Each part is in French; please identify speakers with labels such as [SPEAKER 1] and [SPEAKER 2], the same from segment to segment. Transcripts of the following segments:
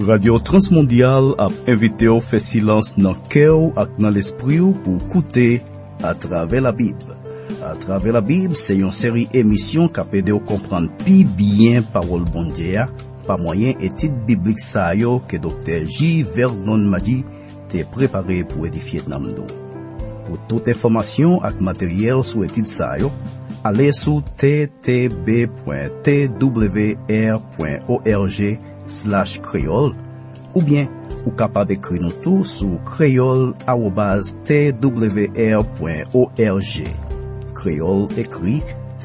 [SPEAKER 1] Radio Transmondial a invité au fait silence dans cœur et dans l'esprit pour écouter à travers la Bible. À travers la Bible, c'est une série émission qui aide à comprendre plus bien parole bon Dieu par moyen étude biblique ça yo que docteur J. Vernon Madi t'est préparé pour édifier dans nous. Pour toute information et matériel sur étude ça yo, allez sur ttb.twr.org/créole ou bien ou capable d'écrire nous tout sur creole@twr.org. Créole écrit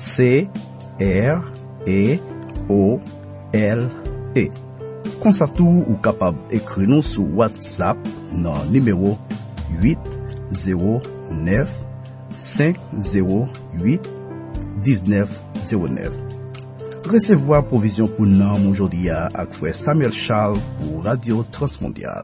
[SPEAKER 1] C-R-E-O-L-E. Comme ça tout ou capable d'écrire nous sur WhatsApp dans numéro 809 508 1909. Recevoir provision pour nous aujourd'hui avec frère Samuel Charles pour Radio Transmondial.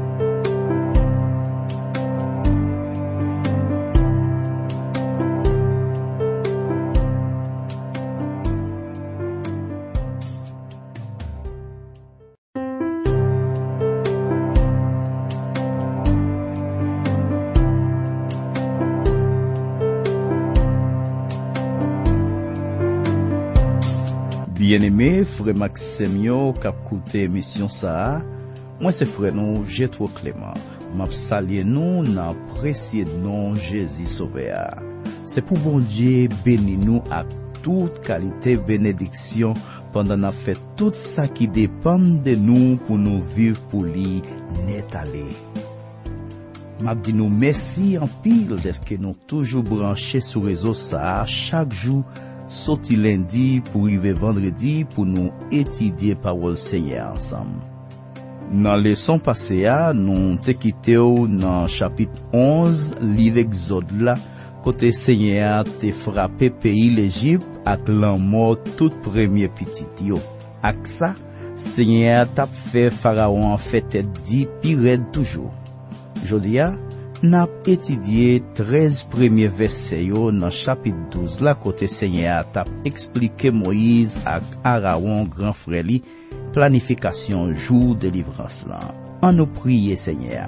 [SPEAKER 1] Bien-aimé, frère Maximio, qui a écouté émission ça, moi c'est frère nous, j'ai trop Clément. M'a salué nous, n'apprécié non Jésus sauveur. C'est pour bon Dieu bénir nous à toute qualité bénédiction pendant n'a fait tout ça qui dépend de nous pour nous vivre pour lui net aller. M'a dit nous merci en pile de ce que nous toujours branchés sur réseau ça chaque jour. Sorti lundi pour arriver vendredi pour nous étudier parole Seigneur ensemble. Dans leçon passée, nous t'ai quitté dans chapitre 11, livre Exode là, côté Seigneur t'ai frappé pays l'Égypte avec la mort tout premier petit yo. Avec ça, Seigneur t'a fait Pharaon en fait dit pire toujours. Jodia n'a étudié 13 premiers versets dans chapitre 12 là côté Seigneur t'a expliqué Moïse ak Aaron grand frère li planification jour délivrance là. On nous prie Seigneur.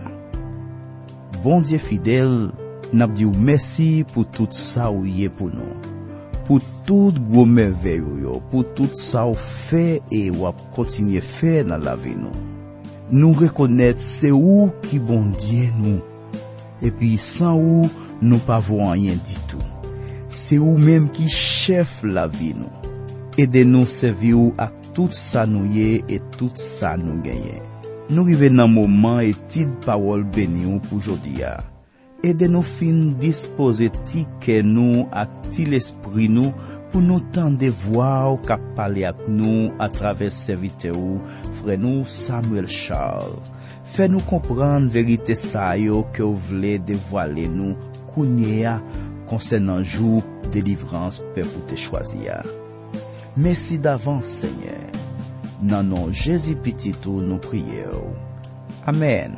[SPEAKER 1] Bon Dieu fidèle, n'a dit merci pour tout ça ou y est pour nous. Pour tout gros merveille pour tout ça ou fait et ou continuer faire dans la vie nous. Nous reconnaître c'est où qui bon Dieu nous. Et puis sans où nous pas voir rien du tout. C'est où même qui chef la vie nous. Aidez-nous servir à tout ça nous y et tout ça nous gagner. Nous arrivons dans moment étude parole bénie pour aujourd'hui. Aidez-nous fin disposer que nous à l'esprit nous pour nous tendre voir qu'a parler avec nous à travers serviteur frère nous Samuel Charles. Fais-nous comprendre vérité ça yo que vous voulez dévoiler nous kounya concernant jour délivrance peuple te choisir. Merci d'avance Seigneur. Dans nom Jésus petit tout nous prions. Amen.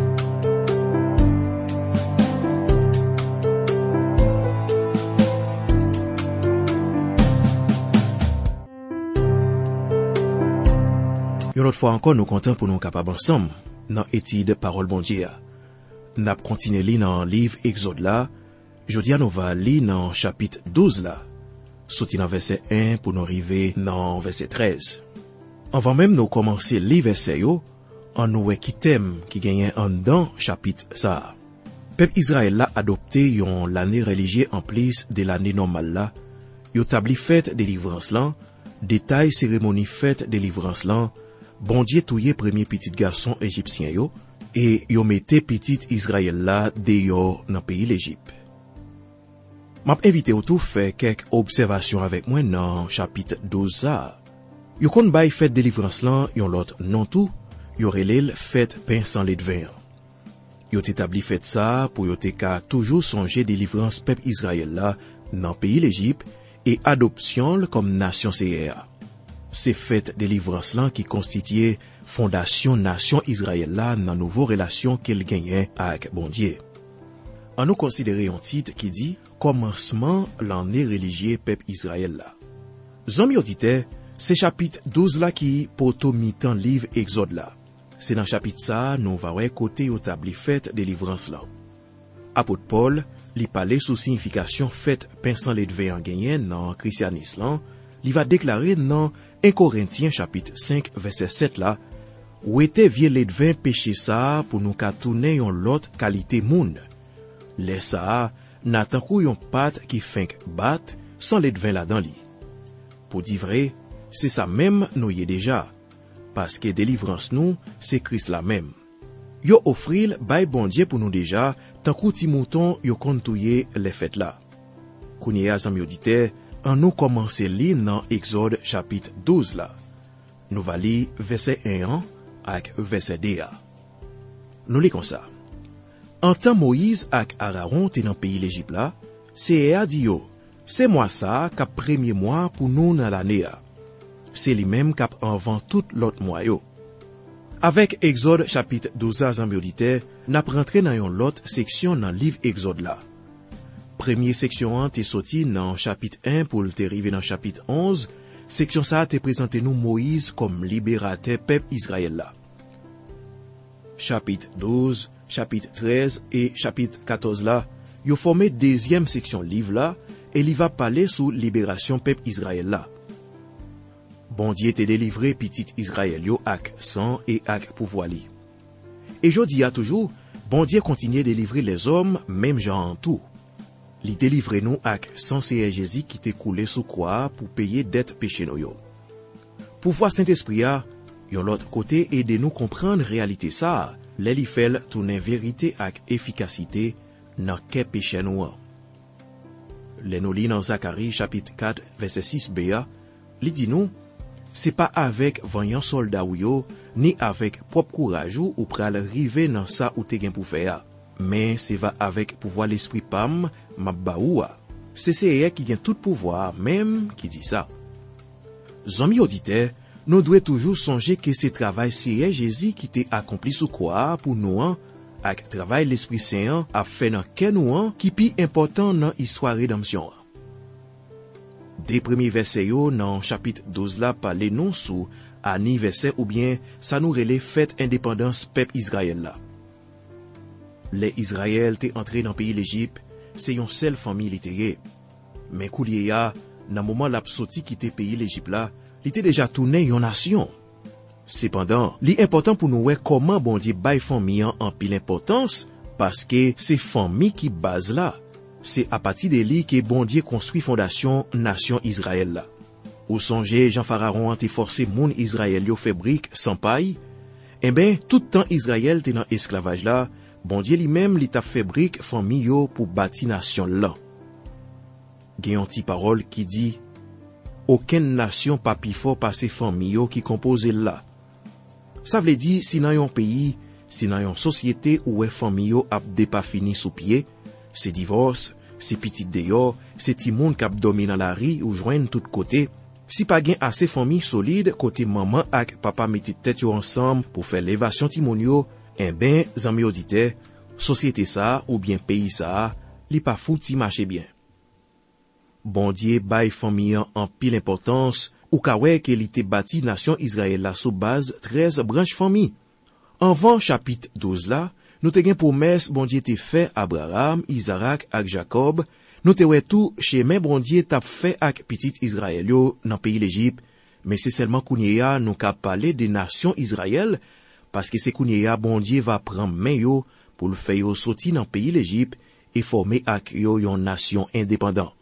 [SPEAKER 2] Une autre fois encore nous comptons pour nous capables ensemble dans étude parole bon Dieu. N'a continué li dans livre Exode là. Jodi nous va li dans chapitre 12 là. Sorti dans verset 1 pour nous arriver dans verset 13. Avant même nous commencer li verset yo, on nous qui thème qui gagne en dans chapitre ça. Peuple Israël là adopté yon l'année religieuse en plus de l'année normale là. Yo tabli fête délivrance là, détail cérémonie fête délivrance là. Bon Dieu touye premier petit garçon égyptien yo et yo mette petit Israël là dehors dans pays l'Égypte. M'a invité au tout faire quelques observations avec moi dans chapitre 12 ça. Yo kon bay fête délivrance là yon l'autre non tout, yo relèl fête pain sans lait de vin. Yo établi fête ça pour yo te ka toujours songer délivrance peuple Israël là dans pays l'Égypte et adoption comme nation CR. C'est fête délivrance là qui constituait fondation nation Israël là dans nouveau relation qu'elle gagnait avec bon Dieu. On nous considérer un titre qui dit commencement l'année religieux peuple Israël là. Zami auditeurs, c'est chapitre 12 là qui poto mi-temps livre Exode là. c'est dans chapitre ça, nous va wè côté yo tabli fête délivrance là. Apôtre Paul, li parle sous signification fête pensant les devants gagnen dans christianisme là, li va déclarer dans 1 Corinthiens chapitre 5 verset 7 là, ou était vieux les devants péché ça pour nous ka tourner yon l'autre qualité moun. Les ça, n'attend kou yon pat qui fink bat sans les devants là dans li. Pour dire vrai, c'est ça même nous y est déjà. Parce que délivrance nous, c'est Christ la même. Yo offril bay bon Dieu pour nous déjà, tant kou ti mouton yo kontouye les fêtes là. Kounye a zami audite, an nous commencer li dans Exode chapitre 12 là. Nous va li verset 1 ak verset 2. Nous li comme ça. En temps Moïse ak Aaron te dans pays l'Égypte là, c'est a dit yo, c'est moi ça k'ap premier mois pour nous dans l'année là. C'est lui-même k'ap avant tout l'autre mois yo. Avec Exode chapitre 12 zami audite, n'a rentré dans yon l'autre section dans livre Exode là. Première section an te sorti dans chapitre 1 pour te rive dans chapitre 11, section ça te présente nous Moïse comme libérateur peuple Israël là. Chapitre 12, chapitre 13 et chapitre 14 là, yo formé deuxième section livre là et il va parler sous libération peuple Israël là. Bon Dieu te délivré petit Israël yo ak sang et ak pouvoir li. Et jodi a toujours, bon Dieu continue délivrer les hommes même genre en tout. Li délivre nous ak sang Seigneur Jésus qui te coulé sous croix pour payer dette péché nou yo. Pouvoir Saint-Esprit a, yon l'autre côté aider nous comprendre réalité ça, li fait tourner vérité ak efficacité dans quel péché nou an. Les nous li dans Zacharie chapitre 4 verset 6b, li dit nous, c'est pas avec vaillant soldat ou yo, ni avec propre courage ou pral rive dans ça ou te gen pou faire, mais c'est va avec pouvoir l'esprit pam, mabba oua. C'est Seigneur qui gen tout pouvoir, même qui dit ça. Zami auditeur, nous devons toujours songer que c'est travail Seigneur Jésus qui t'est accompli sous croix pour nous an, ak travail l'Esprit Saint a fait dans ken nous an qui pi important dans histoire rédemption. Des premiers versets yo dans chapitre 12 là parler non sous anniversaire ou bien ça nous relève fête indépendance peuple Israël là. Les Israël t'est entré dans pays l'Égypte, c'est une seule famille littéraire. Mais koulier ya dans moment la sorti quitter pays l'Égypte là, il était déjà tourné une nation. Cependant, li important pour nous voir comment bon Dieu bay famille en pile importance parce que c'est famille qui base là. C'est à partir de li que bon Dieu construit fondation nation Israël là. Ou songez Jean Pharaon a forcé moun Israël yo fabrique sans paille. Eh ben, tout temps Israël t'est dans esclavage là, bon Dieu lui-même li t'a fabrique famille yo pour bâti nation là. Gen yon ti parole qui dit aucune nation pas pi fort passer famille yo qui compose là. Ça veut dire si dans yon pays, si dans yon société où famille yo ap de pas fini sous pied, c'est divorce, c'est petit dehors, c'est ti moun k'ap domine dans la rue ou joindre tout côté. Si pas gen assez famille solide côté maman ak papa mette tête yo ensemble pour faire l'évasion ti moun yo, eh ben zami auditeur, société ça ou bien pays ça, li pa fouti marcher bien. Bon Dieu bay famille en pile importance ou ka wè que li te bâti nation Israël la sous base 13 branches famille. Avant chapitre 12 là, nous te gen promesse bon Dieu te fait Abraham, Isaac ak Jacob, nous te wè tout chemin bon Dieu t'a fait ak petit Israël yo dans pays l'Égypte, mais c'est seulement kounye ya nous ka parler de nation Israël parce que c'est kounye ya bon Dieu va prendre main yo pour le faire yo sorti dans pays l'Égypte et former ak yo yon nation indépendant.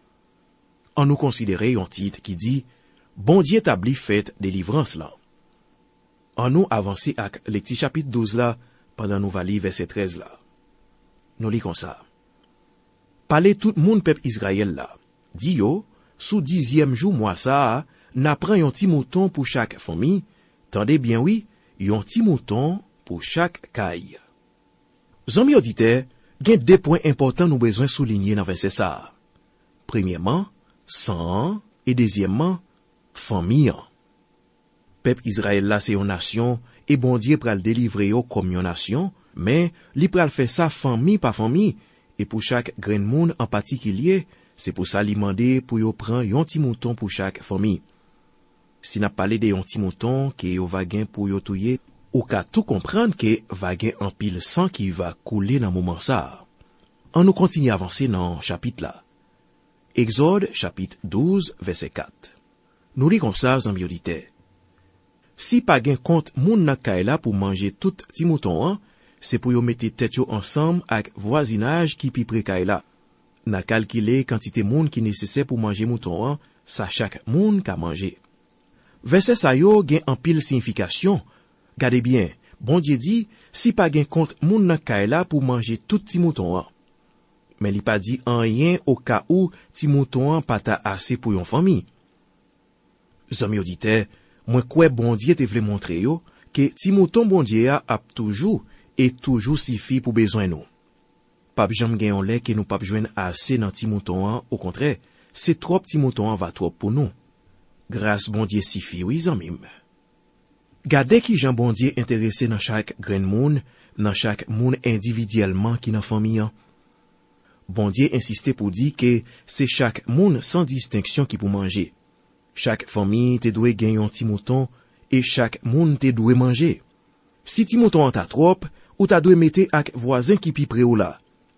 [SPEAKER 2] On nous considérer un titre qui dit bon Dieu établit fête délivrance là. On nous avancer ak le petit chapitre 12 là pendant nous va lire verset 13 là. Nous lit comme ça. Parlez tout monde peuple Israël là. Dit yo, sous 10e jour mois ça, n'a prend un petit mouton pour chaque famille. Tendez bien oui, un petit mouton pour chaque caille. Zami auditeur, gen deux points importants nous besoin souligner dans verset ça. Premièrement, sang et deuxièmement, famille. Peuple Israël là c'est une nation et bon Dieu pral délivrer yo comme une nation, mais li pral faire ça famille par famille et pour chaque grain de monde en particulier, c'est pour ça li mandé pour yo prendre un petit mouton pour chaque famille. Si n'a parlé de un petit mouton que yo va gen pour yo touyer, ou ka tout comprendre que va gen un pile sang qui va couler dans moment ça. On nous continue à avancer dans chapitre là. Exode chapitre 12 verset 4. Nous lisons comme ça en biodité. Si pas gen compte moun nan kay la pour manger tout ti mouton an, c'est pour yo mette tête yo ensemble avec voisinage qui pi près kay la. Na calculer quantité moun qui nécessaire pour manger mouton an, ça chaque moun ka manger. Verset sa yo gen en pile signification. Gardez bien, bon Dieu dit, si pas gen compte moun nan kay la pour manger tout ti mouton an. Mais li pas dit en rien au cas où ti mouton an pas ta assez pour yon famille. Zami audite, moi quoi bon Dieu te vle montrer yo que ti mouton bon Dieu a toujours et toujours suffi pour besoin nous. Pas jam gen yon lè que nous pas joindre assez dans ti mouton an, au contraire, c'est trop ti mouton an va trop pour nous. Grâce bon Dieu suffi, oui zamim. Gardez qui Jean bon Dieu intéressé dans chaque grain moun, dans chaque moun individuellement qui dans famille an. Bon Dieu insistait pour dire que c'est chaque moun sans distinction qui pour manger. Chaque famille te doit gagner un petit mouton et chaque moun te doit manger. Si ti mouton ta trop, ou ta doit mettre avec voisin qui pi près ou là.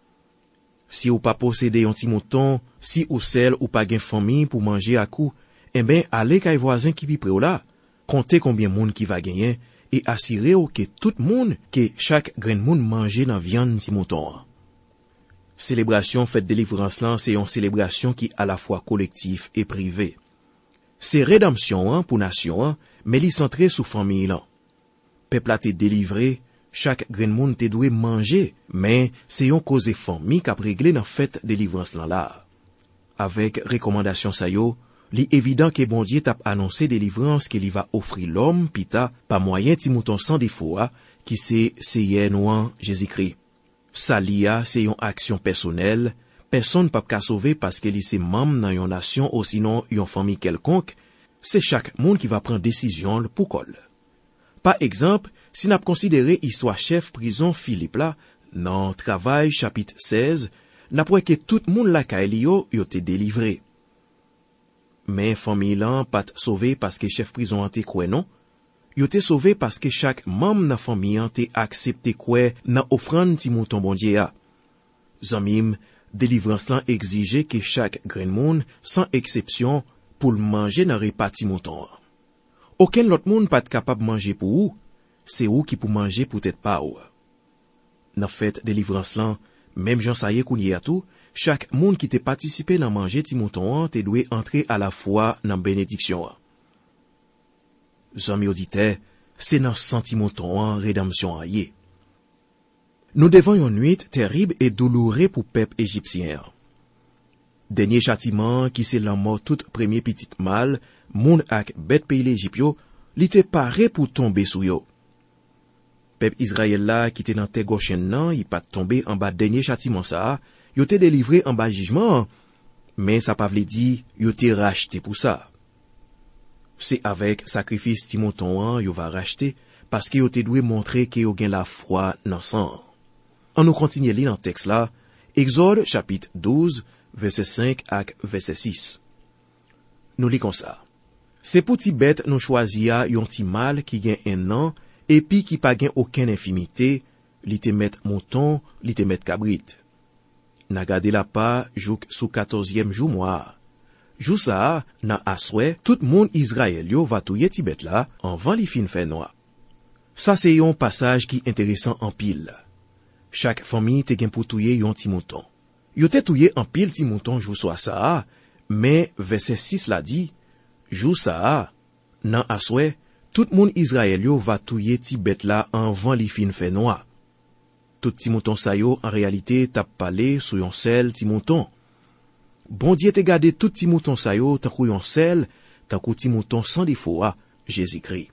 [SPEAKER 2] Si ou pas posséder un petit mouton, si ou sel ou pas gen famille pour manger à coup, eh ben allez kay voisin qui pi près ou là. Comptez combien moun qui va gagner et assurez-vous que tout moun que chaque grain moun manger dans viande ti mouton. Célébration fête délivrance là, c'est une célébration qui à la fois collective et privée. C'est rédemption pour nation, mais li centré sous famille là. Peuple a été délivré, chaque grain moun te doué manger, mais c'est yon cause famille qui a réglé dans fête délivrance là. Avec recommandation sa yo, li évident que bon Dieu t'a annoncé délivrance qu'il va offrir l'homme pita par moyen ti mouton sans défaut qui c'est Seigneur nous Jésus-Christ. Ça lia c'est une action personnelle, personne pas ka sauver parce que li c'est membre dans une nation ou sinon une famille quelconque, c'est chaque monde qui va prendre décision pour col. Par exemple, si n'a considéré histoire chef prison Philippe là, dans Travail chapitre 16, n'a pas que tout monde la kay yo te délivré. Mais famille là pas sauvé parce que chef prison a été quoi non? Yo te sauvé parce que chaque membre dans famille a été accepté quoi dans offrande ti mouton bon Dieu a. Zamim, délivrance là exigeait que chaque grain monde sans exception pour le manger dans repas ti mouton. Aucun l'autre monde pas capable manger pour ou, c'est ou qui pour manger peut-être pas ou. Dans fête délivrance là, même Jean Saye kounye a tout, chaque monde qui te participé dans manger ti mouton te doit entrer à la fois dans bénédiction. Zami audite, c'est dans senti mouton rédemption a yé. Nous devons une nuit terrible et douloureuse pour peuple égyptien. Dernier châtiment qui c'est la mort toute premier petit mal, moun ak bête pays l'Égypte yo, li te paré pour tomber sou yo. Peuple Israël là qui te dans terre gauchen nan, il pas tomber en bas dernier châtiment ça, yo te délivré en bas jugement, mais ça pas vle di yo te racheté pour ça. C'est avec sacrifice ti mouton yo va racheter parce que yo te doué montrer que yo gen la foi nan sang. On nous continue li dans texte là, Exode chapitre 12 verset 5 ak verset 6. Nous li comme ça. C'est pour ti bête nous choisia yon ti mal qui gen un an et puis qui pas gen aucune infimité, li te met mouton, li te met cabrit. N'a gardé la pas jouk sous 14e jour mois. Jou ça, nan aswe, tout moun Israël yo va touye ti bête là, avant li fin fè noa. Ça c'est yon passage qui intéressant en pile. Chaque famille te gen pou touye yon ti mouton. Yo te touye en pile ti mouton jou soa ça, mais verset 6 la dit, jou ça, nan aswe, tout moun Israël yo va touye ti bête là avant li fin fè noa. Tout ti mouton sa yo en réalité tap pale sou yon sel ti mouton. Bon Dieu te gade tout ti mouton sa yo tan kou yon sel, tan kou ti mouton sans défaut Jésus-Christ.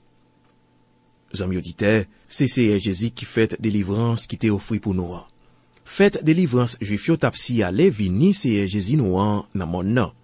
[SPEAKER 2] Zami audite, c'est Jésus qui fait délivrance qui te offri pour nous. Fête délivrance juif yo tap si ale vini c'est Jésus nous nan mon nan.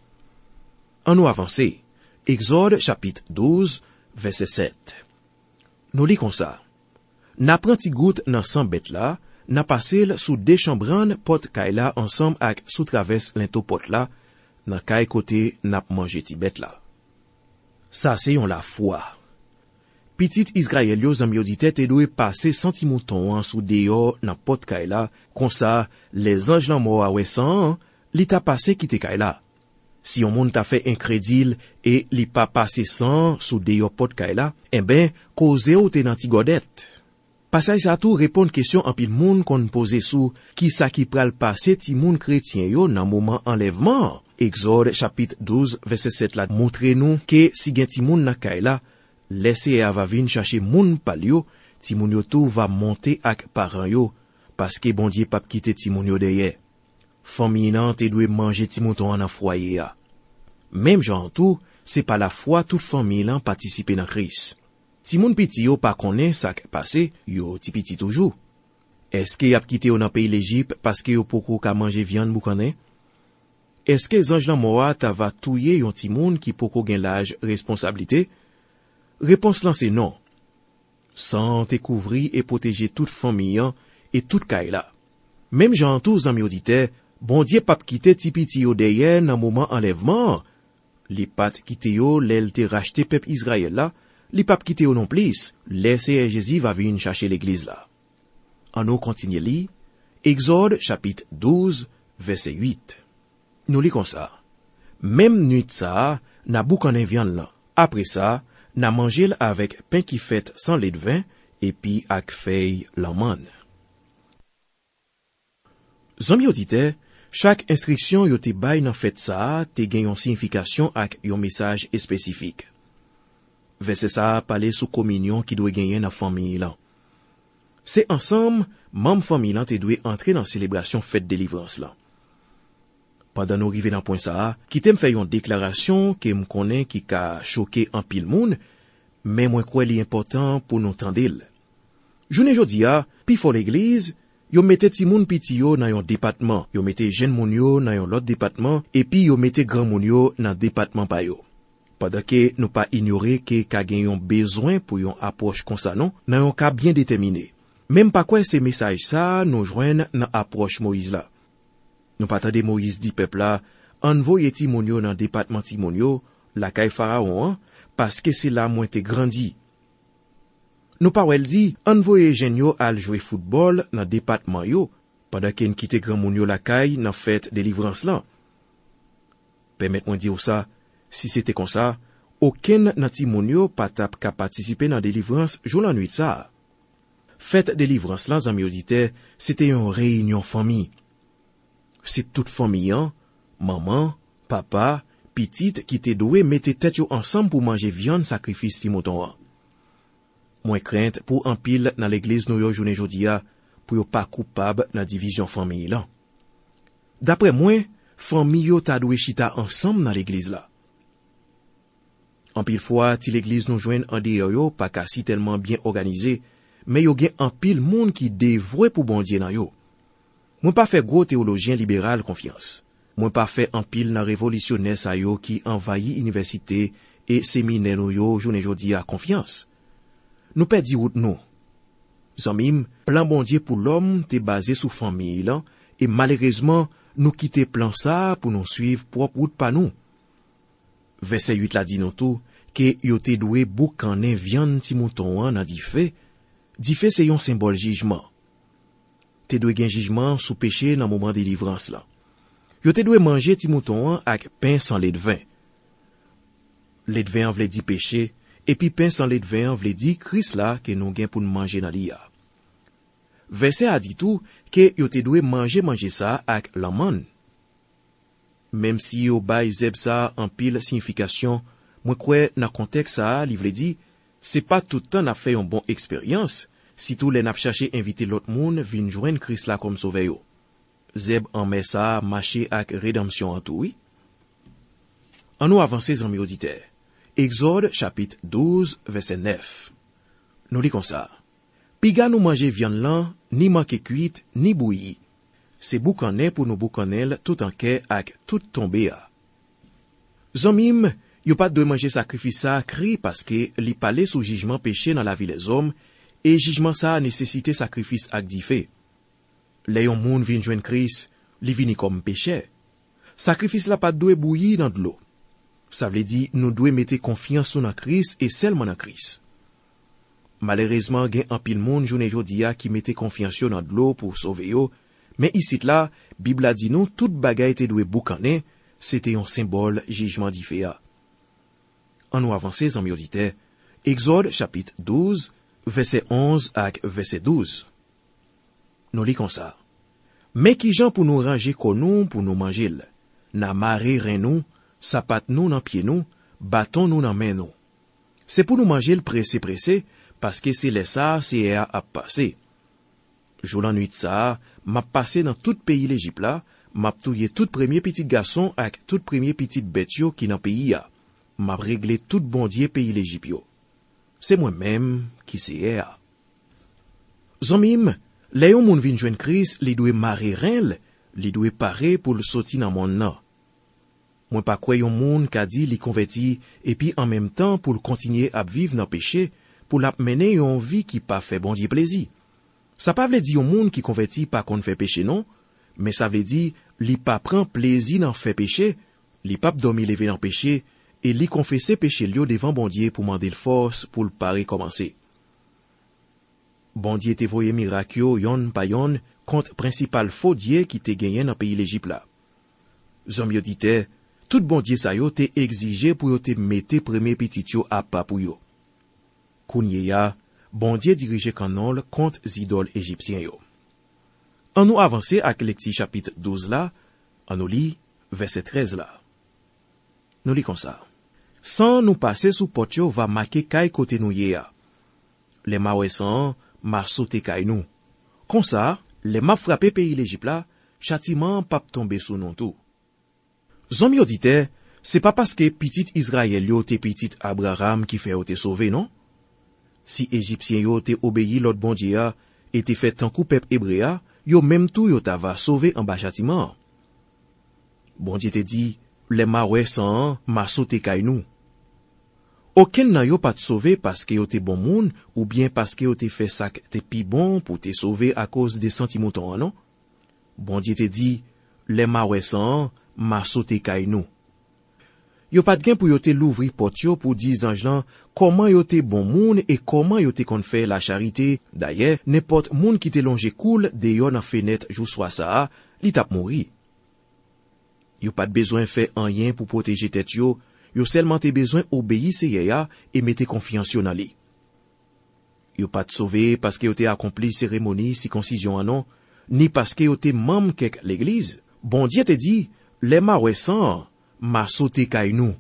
[SPEAKER 2] En nous avancer, Exode chapitre 12 verset 7. Nous li comme ça. N'a pran ti gout nan sang bête là, n'a passé sous des chambran pot kay la ensemble avec sous traverse linto pot là, nan kay côté n'a mangé ti bête là. Ça c'est yon la foi. Petit Israël yo zanmi audite te doit passer 100 ti mouton an sou deyo nan pot kay la, kon sa, les anges lan mort awe san, li ta passe ki te kay la. Si yon moun ta fait incrédile et li pa passe san sou deyo pot kay la, koze ou te nan ti godet. Pasay sa tou répond question an pil moun kon pose sou ki sa ki pral passe ti moun chrétien yo nan mouman enlèvement. Exode chapitre 12 verset 7 la montre nou ke si gen ti moun nan kay la, laisse va vin chercher moun pal yo, ti moun yo tou va monter ak paran yo, paske bon Dieu pap kite ti moun yo deye. Fami nan te dwe manger ti mouton an foyer ya. Même jan tou, c'est pas la foi toute famille lan participer dans Christ. Ti moun piti yo pa konnen sak passe, yo ti piti toujou. Eske yap kite yo nan pays l'Égypte paske yo poko ka manger viande bou konnen? Eske zanj lan moa ta va touye yon ti moun ki poko gen l'âge responsabilité? Réponse lan c'est non. Sans te couvrir et protéger toute famille et toute kay la. Même jan tou zanmi audite, bon Dieu pap kite ti piti yo deye nan moment enlèvement. Li pat kite yo lel te rachete pep Israël la, li pap kite yo non plis, laisse Jésus va vin chercher l'église la. An nou kontinye li, Exode chapitre 12 verset 8. Nou li kon sa. Même nuit sa, na bou konnen viande lan. Après ça, na mangel avec pain qui fait sans lait de vin, et puis ak feuille l'amande. Zanmi audite, chaque instruction yo te bay nan fête ça, te gen yon signification ak yon message spécifique. Verset ça parle sous communion qui doit gagner dans famille lan. C'est ensemble, membre famille lan te doit entrer dans célébration fête délivrance lan. Pendant nous rive dans point ça, qui t'aime fait une déclaration que me connaît qui ka choqué en pile moun, mais moi crois li important pour nous tendel. Journée jodi a, pi fò l'église, yo mette ti moun piti yo nan yon département, yo mette jeune moun yo nan yon lot département, et puis yo mette grand moun yo nan département pa yo. Pendant que nous pas ignorer que ka gen yon besoin pour yon approche kon sa non, nan yon ka bien déterminé. Même pas quoi ces messages ça nous joignent nan approche Moïse là. Nous pas tande Moïse dit peuple là, envoyez ti moun yo nan département ti moun yo, la kay Pharaon, parce que c'est là moins te grandi. Nous pas wel dit, envoyez jeune yo al jouer football nan département yo, pendant qu'en kite grand moun yo la kay nan fête délivrance là. Permettez-moi dire ça, si c'était comme ça, aucun nan ti moun yo pa tap ka participer nan délivrance jour la nuit ça. Fête délivrance là, zanmi audite, c'était une réunion famille. C'est toute famille, maman, papa, petite qui te doué mette tête yo ensemble pour manger viande sacrifice ti mouton. Moins crainte pour en pile dans l'église nou yo journée jodia pour yo pas coupable dans division famille là. D'après moi, famille yo ta doué chita ensemble dans l'église là. En pile fois, ti l'église nou joine en dehors yo pas kasi tellement bien organisé, mais yo gen en pile monde qui dévoué pour bon Dieu nan yo. Moi pas fait gros théologien libéral confiance. Moi pas fait en pile nan révolutionnaire sa yo qui envahi université et séminaire nou yo journée jodi a confiance. Nous perdi route nous. Zanmim, plan bon Dieu pour l'homme te basé sous famille là et malheureusement nous quitter plan ça pour nous suivre propre route pas nous. Verset 8 la dit nous tout que yo te doué boucaner viande ti mouton nan di fait. Di fait c'est un symbole jugement. Te doué gen jugement sous péché dans moment de délivrance là. Yo te doué manger ti mouton avec pain sans lait de vin. Lait de vin vle di péché et puis pain sans lait de vin vle di Christ là que nous gen pour manger dans l'ia. Verset a dit tout que yo te doué manger ça avec l'amande. Même si yo bay zeb ça en pile signification, moi crois dans contexte ça, li vle di, c'est pas tout temps n'a fait une bonne expérience, si tout les n'a cherché inviter l'autre monde vinn joindre Christ là comme sauveur yo. Zeb en met ça marcher avec rédemption en tout, oui. En nous avancer en auditeurs. Exode chapitre 12 verset 9. Nous lit comme ça. Piga nous manger viande lan, ni manque cuite, ni bouillie. C'est boucaner pour nous boucanel tout en quai avec tout tombé a. Zomim, yo pas de manger sacrifice ça cri parce que li palé sous jugement péché dans la vie des hommes et jugement ça a nécessité sacrifice ak di fait. Les yon moun vin joindre Christ, li vini comme péché. Sacrifice la pas doit bouillir dans de l'eau. Ça veut dire nous doit mettre confiance dans Christ et seulement dans Christ. Malheureusement, gen an pile moun journée jodi a qui mette confiance yo dans de l'eau pour sauver yo, mais ici là, Bible a dit nous toute bagay te doué boucané, c'était un symbole jugement d'Iféa. En nous avancer en miodité, Exode chapitre 12, verset 11 ak verset 12. Nous lit comme ça. Mais qui gens pour nous ranger konou pour nous manger, na maré ren nous, sapat nous nan pied nous, bâton nous nan main nous. C'est pour nous manger le pressé, parce que c'est ça, c'est à passer. Jour la nuit ça, m'a passé dans tout pays l'Égypte là, m'a touillé tout premier petit garçon avec tout premier petite bête yo qui dans pays a. M'a réglé tout bon Dieu pays l'Égypte yo. C'est moi-même qui c'est a. Zomim, les yon moun vin jwenn Christ, li doit marrer ren, li doit parer pour le sortir dans monde nan. Moi pas quoi yon moun ka di li converti et puis en même temps pour le continuer à vivre dans péché, pour la mener yon vie qui pas fait bon Dieu plaisir. Ça pas veut dire yon moun qui converti pas qu'on fait péché non, mais ça veut dire li pas prend plaisir dans fait péché, li pas dormi lever dans péché et li confesser péché li devant bon Dieu pour demander force pour le parer commencer. Bon Dieu te voye miracle yon pa yon contre principal faux Dieu qui te gagné dans pays l'Égypte là. Zom yo dite, tout bon Dieu sa yo te exigé pour yo te mette premier petit yo à pas pour yo. Kounye ya, bon Dieu dirige kanol contre zidol égyptien yo. En nous avancer avec le chapitre 12 là, en nous lit verset 13 là. Nous lit comme ça. Sans nous passer sous pot yo va marquer kay côté nou ye ya. Les mawesan ma sauté kay nou. Comme ça, les ma frappé pays l'Égypte là, châtiment pas tomber sous non tout. Zom yo dite, c'est pas parce que petit Israël yo te petit Abraham qui fait ou te sauver non? Si Égyptien yo te obéi l'autre bon Dieu et te fait tant coup peuple hébreu, yo même tout yo ta va sauver en bas châtiment. Bon Dieu te dit, les mawesan ma sauté kay nou. Aucun nan yo pas te sauver parce que yo te bon moun ou bien parce que yo te fait ça te pi bon pour te sauver à cause des sentiments non? Bon Dieu te dit, les mawesan ma sauté kay nou. Yo pas de gain pour yo te l'ouvrir porte yo pour dire ange lan comment yo te bon moun et comment yo te kon fait la charité. D'ailleurs, n'importe moun qui te longe cool de yo nan fenêtre jou soit ça, li tap mouri. Yo pas de besoin faire rien pour protéger tête yo. Yo seulement te besoin obéir Seigneur et mette confiance yo nan li. Yo pas te sauver parce que yo te accompli cérémonie circoncision non, ni parce que yo te membre quelque l'église. Bon Dieu te dit, les mawesan ma sauté kay nou.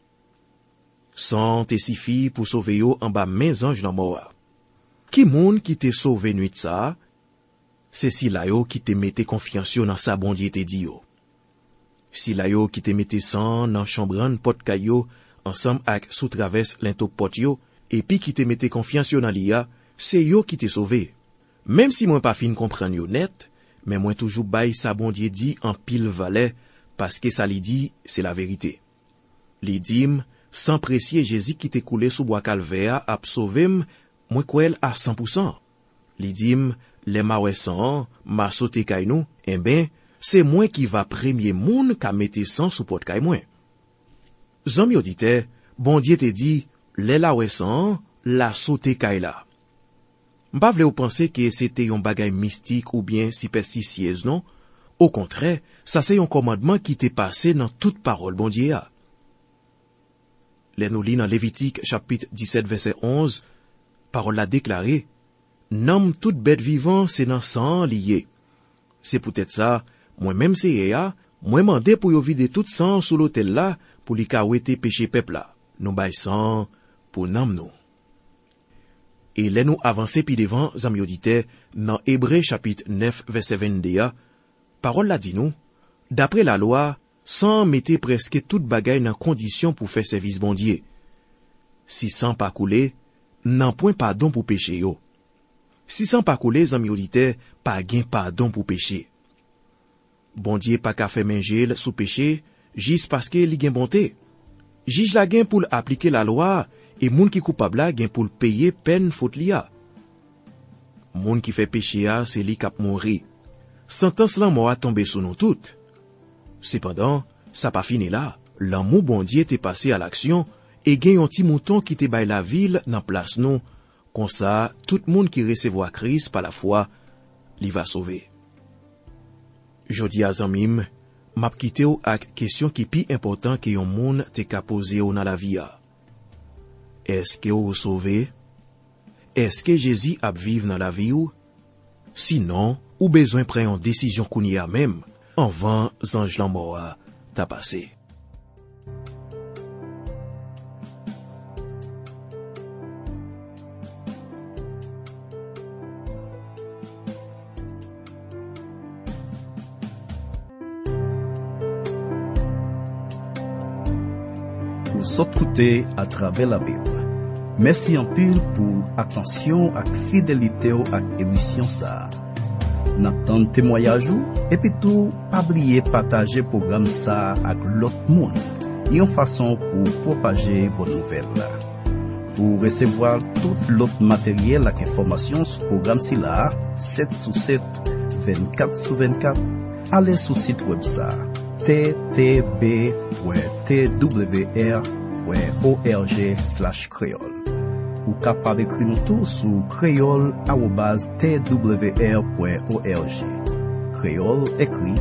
[SPEAKER 2] Sans te suffi pour sauver yo en bas mes anges nan mort. Qui moun qui te sauvé nuit ça? C'est si la yo qui te mette confiance yo nan sa bon Dieu te dit yo. Si la yo qui te mette sang nan chambran pot kayo ensemble avec sous traverse l'into pot yo et puis qui te mette confiance yo nan liya, c'est yo qui te sauvé. Même si moi pas fin comprendre yo net, mais moi toujours bay sa bon Dieu dit en pile valet parce que ça li dit c'est la vérité. Li dim sans précier Jésus qui te coulé sous bois calvaire a sauvem, moi kwel à 100%. Li dim les mawesan ma sauté kay nou, eh ben c'est moi qui va premier moun ka mette sang sous pot kay moi. Zom yo dite, bon Dieu te dit, les la wesan, la sauté kay la. M'pa vle ou penser que c'était yon bagay mystique ou bien superstitieuse non? Au contraire, ça c'est un commandement qui t'est passé dans toute parole bon Dieu a. Les nous lit dans Lévitique chapitre 17 verset 11, parole la déclaré, nomme toute bête vivant c'est dans sang lié. C'est peut-être ça, moi-même c'est moi mandé pour yo vider tout sang sous l'autel là, pour li ka wete péché peuple là. Nous bay sang pour nam nous. Et les nous avancer puis devant, zam yo dite, dans Hébreux chapitre 9 verset 22, parole la dit nous, d'après la loi, sang mettait presque toute bagaille dans condition pour faire service bon Dieu. Si sang pas coulé, nan point pardon pour péché yo. Si sang pas coulé, zam yo dite, pas gain pardon pour péché. Bon Dieu pas ka fait menjel sous péché, juste parce que li gen bonté. Juge la gen pour appliquer la loi, et moun qui coupable la gen pour payer peine faute li a. Moun qui fait péché a, c'est li k'ap mouri. Sentence lan mort a tombé sous nous toutes. Cependant, ça pas fini là. L'amour bon Dieu t'est passé à l'action, et gen yon ti mouton qui te bay la ville nan place nous, Comme ça, tout le monde qui recevra Christ par la foi, li va sauver. Jodi a zanmim, m'a quitté ou ak question qui pi important que yon moun te ka pose ou dans la vie a. Est-ce que ou sauvé? Est-ce que Jésus a vive dans la vie ou? Sinon, ou besoin prendre une décision kouni a même, avant zanj lan mort a ta passé.
[SPEAKER 1] Ou sot koute à travers la Bible. Merci en pile pour attention ak fidélité ou ak émission ça. N'attend témoignage ou et puis tout pas oublier partager programme ça avec l'autre monde. Une façon pour propager bonne nouvelle. Pour recevoir tout l'autre matériel ak information sur programme si là 7 sur 7 24 sur 24 allez sur site web ça ttb.twr.org/creole. Ou capable écrire nous tout sur creole@twr.org. Creole écrit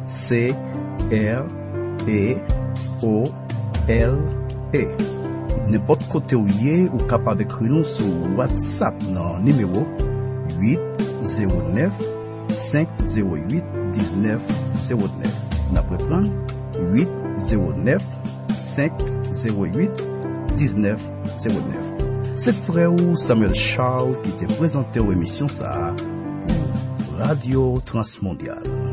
[SPEAKER 1] C-R-E-O-L-E. N'importe côté où y ou capable écrire nous sur WhatsApp dans numéro 809 508 1909. N'après plan 809 508 1909. C'est frère Samuel Charles qui te présenté aux émissions ça pour Radio Transmondiale.